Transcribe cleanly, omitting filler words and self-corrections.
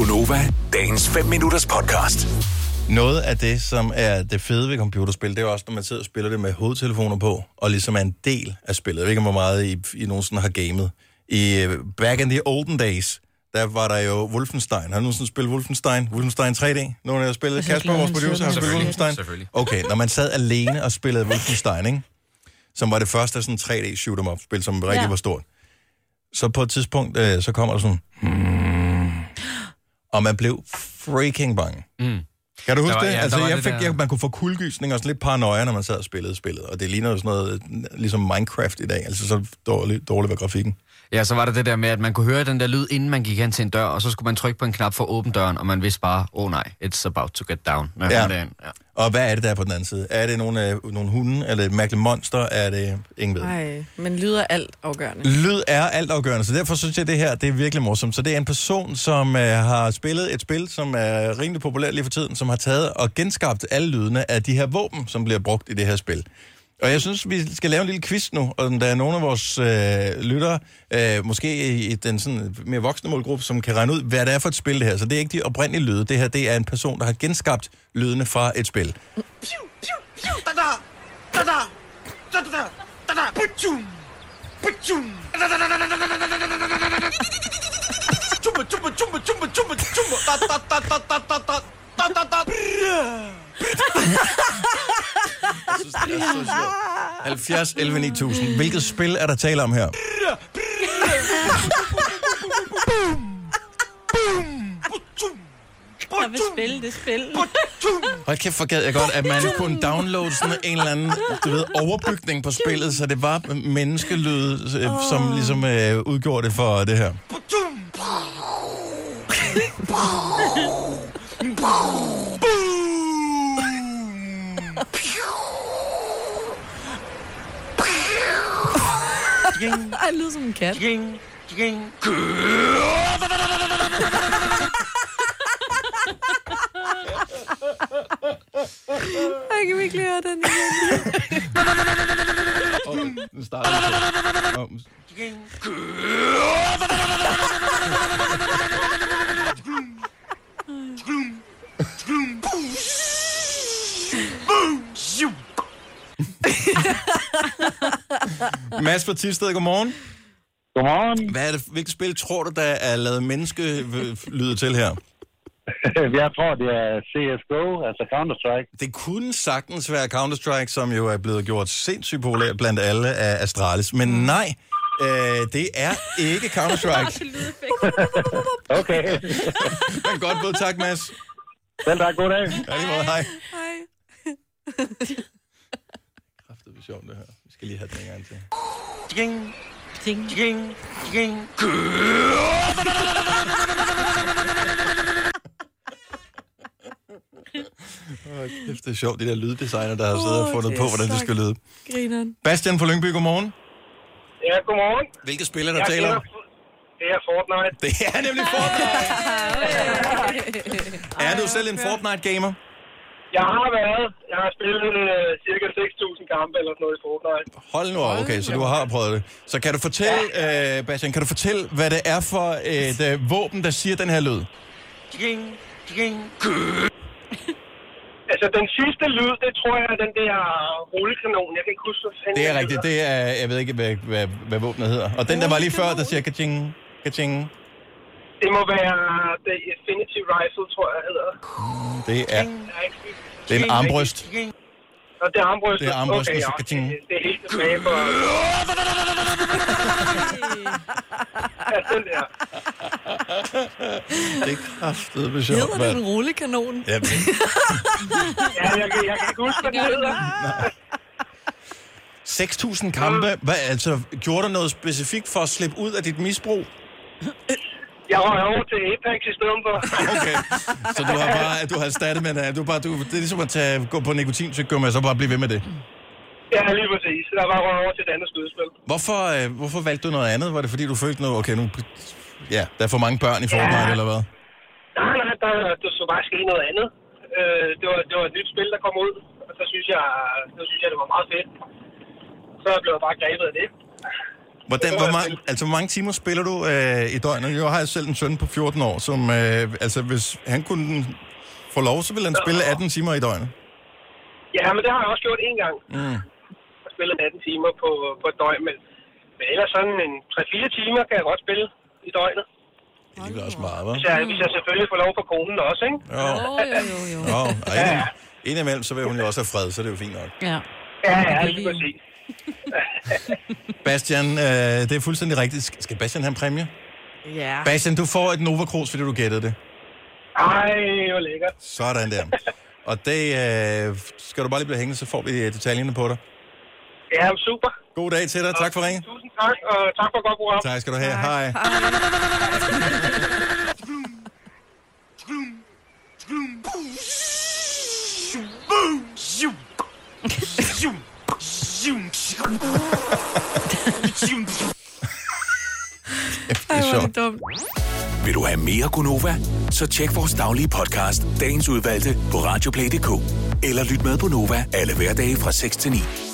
Gonova, dagens 5 minutters podcast. Noget af det, som er det fede ved computerspil, det er også, når man sidder og spiller det med hovedtelefoner på, og ligesom er en del af spillet. Jeg ved ikke, hvor meget I nogensinde har gamet. Back in the olden days, der var der jo Wolfenstein. Har du nogensinde spillet Wolfenstein? Wolfenstein 3D? Nogen af jer spillet? Kasper, vores producer, har spillet Wolfenstein? Selvfølgelig. Okay, når man sad alene og spillede Wolfenstein, ikke? Som var det første sådan 3D shoot-em-up-spil, som rigtig var stort. Så på et tidspunkt, så kommer der sådan... Og man blev freaking bange. Kan du huske det? Altså, man kunne få kuldegysning og sådan lidt paranoia, når man sad og spillede spillet. Og det ligner jo sådan noget, ligesom Minecraft i dag. Altså så dårligt var grafikken. Ja, så var det der med, at man kunne høre den der lyd, inden man gik hen til en dør, og så skulle man trykke på en knap for at åbne døren, og man vidste bare, nej, it's about to get down. Ja. Og hvad er det der på den anden side? Er det nogle hunde, eller et mærkeligt monster? Er det ingen ved? Nej, men lyd er alt afgørende. Lyd er alt afgørende, så derfor synes jeg, at det her det er virkelig morsomt. Så det er en person, som har spillet et spil, som er rimelig populært lige for tiden, som har taget og genskabt alle lydene af de her våben, som bliver brugt i det her spil. Og jeg synes, vi skal lave en lille quiz nu, og der er nogle af vores lyttere, måske i den sådan mere voksne målgruppe, som kan regne ud, hvad det er for et spil det her. Så det er ikke de oprindelige lyde. Det her, det er en person, der har genskabt lydene fra et spil. Jeg synes, det er så sjovt. 70, 11, 9000. Hvilket spil er der tale om her? Jeg vil spille det spil. Hold kæft, for gad jeg godt, at man kunne downloade sådan en eller anden, overbygning på spillet, så det var menneskelyd, som ligesom udgjorde det for det her. Ej, det lyder som en kat. Jeg kan virkelig høre den igen. Den starter Mads fra Thisted, godmorgen. Godmorgen. Hvilket spil tror du, der er lavet menneskelyde til her? Jeg tror, det er CSGO, altså Counter-Strike. Det kunne sagtens være Counter-Strike, som jo er blevet gjort sindssygt populær blandt alle af Astralis. Men nej, det er ikke Counter-Strike. Okay. Men godt både, tak Mads. Selv tak, god dag. Ja, lige måde, hej. Hej. Kræftet er sjovt det her. Vi skal lige have den en gang til. Ting. Kæft, det er sjovt, de der lyddesigner, der har siddet og fundet på, hvordan det skal lyde. Grineren. Bastian fra Lyngby, godmorgen. Ja, godmorgen. Hvilke spil er der taler om? Det er Fortnite. Det er nemlig Fortnite. Er du selv en Fortnite-gamer? Jeg har været. Jeg har spillet cirka 6.000 kampe eller sådan noget i Fortnite. Hold nu op, okay, så du har prøvet det. Så kan du fortælle, Bastian, hvad det er for et våben, der siger den her lyd? Altså, den sidste lyd, det tror jeg er den der rullekanon. Jeg kan ikke huske, hvad fanden Det er rigtigt. Det er, jeg ved ikke, hvad våbnet hedder. Og den, der var lige før, der siger ka-ching, ka-ching. Det må være The Infinity Rifle, tror jeg, hedder. Det er en armbryst. Og det er armbryst. Det er armbryst, okay, med ja. ka-ching. Det er helt tilbage på... Ja, den der. Det er kraftedeme sjovt, Hedder det en rullekanon? Ja, Ja, jeg kan ikke huske, hvad det hedder. 6.000 kampe. Altså, gjorde du noget specifikt for at slippe ud af dit misbrug? Jeg røg over til Apex i stedet for. Okay, så du har erstattet med det. Det er ligesom at gå på nikotintyggegummi og så bare blive ved med det. Ja, lige præcis. Jeg var røget over til et andet skydespil. Hvorfor valgte du noget andet? Var det fordi, du følte noget... Okay, nu... Ja, der er for mange børn i Fortnite, eller hvad? Nej, der så bare ske noget andet. Det var et nyt spil, der kom ud. Og så synes jeg, det var meget fedt. Så blev jeg bare grebet af det. Hvor mange timer spiller du i døgnet? Jeg har selv en søn på 14 år, som hvis han kunne få lov, så ville han spille 18 timer i døgnet. Ja, men det har jeg også gjort en gang. Jeg spillet 18 timer på et døgn, men ellers sådan en 3-4 timer kan jeg godt spille i døgnet. Det er også meget, hva'? Hvis jeg selvfølgelig får lov for konen også, ikke? Jo. Indimellem, så vil hun jo også have fred, så det er jo fint nok. Ja, lige præcis. Bastian, det er fuldstændig rigtigt. Skal Bastian have en præmie? Ja. Bastian, du får et Nova Cruz, fordi du gættede det. Ej, hvor lækkert. Sådan der. Og det skal du bare lige blive hængende, så får vi detaljerne på dig. Ja, super. God dag til dig. Tak for ringen. Tusind tak, og tak for et godt program. Tak skal du have. Hej. Ej, hvor er det dumt. Vil du have mere Gunova? Så tjek vores daglige podcast, dagens udvalgte, på radioplay.dk. Eller lyt med på Nova alle hverdage fra 6 til 9.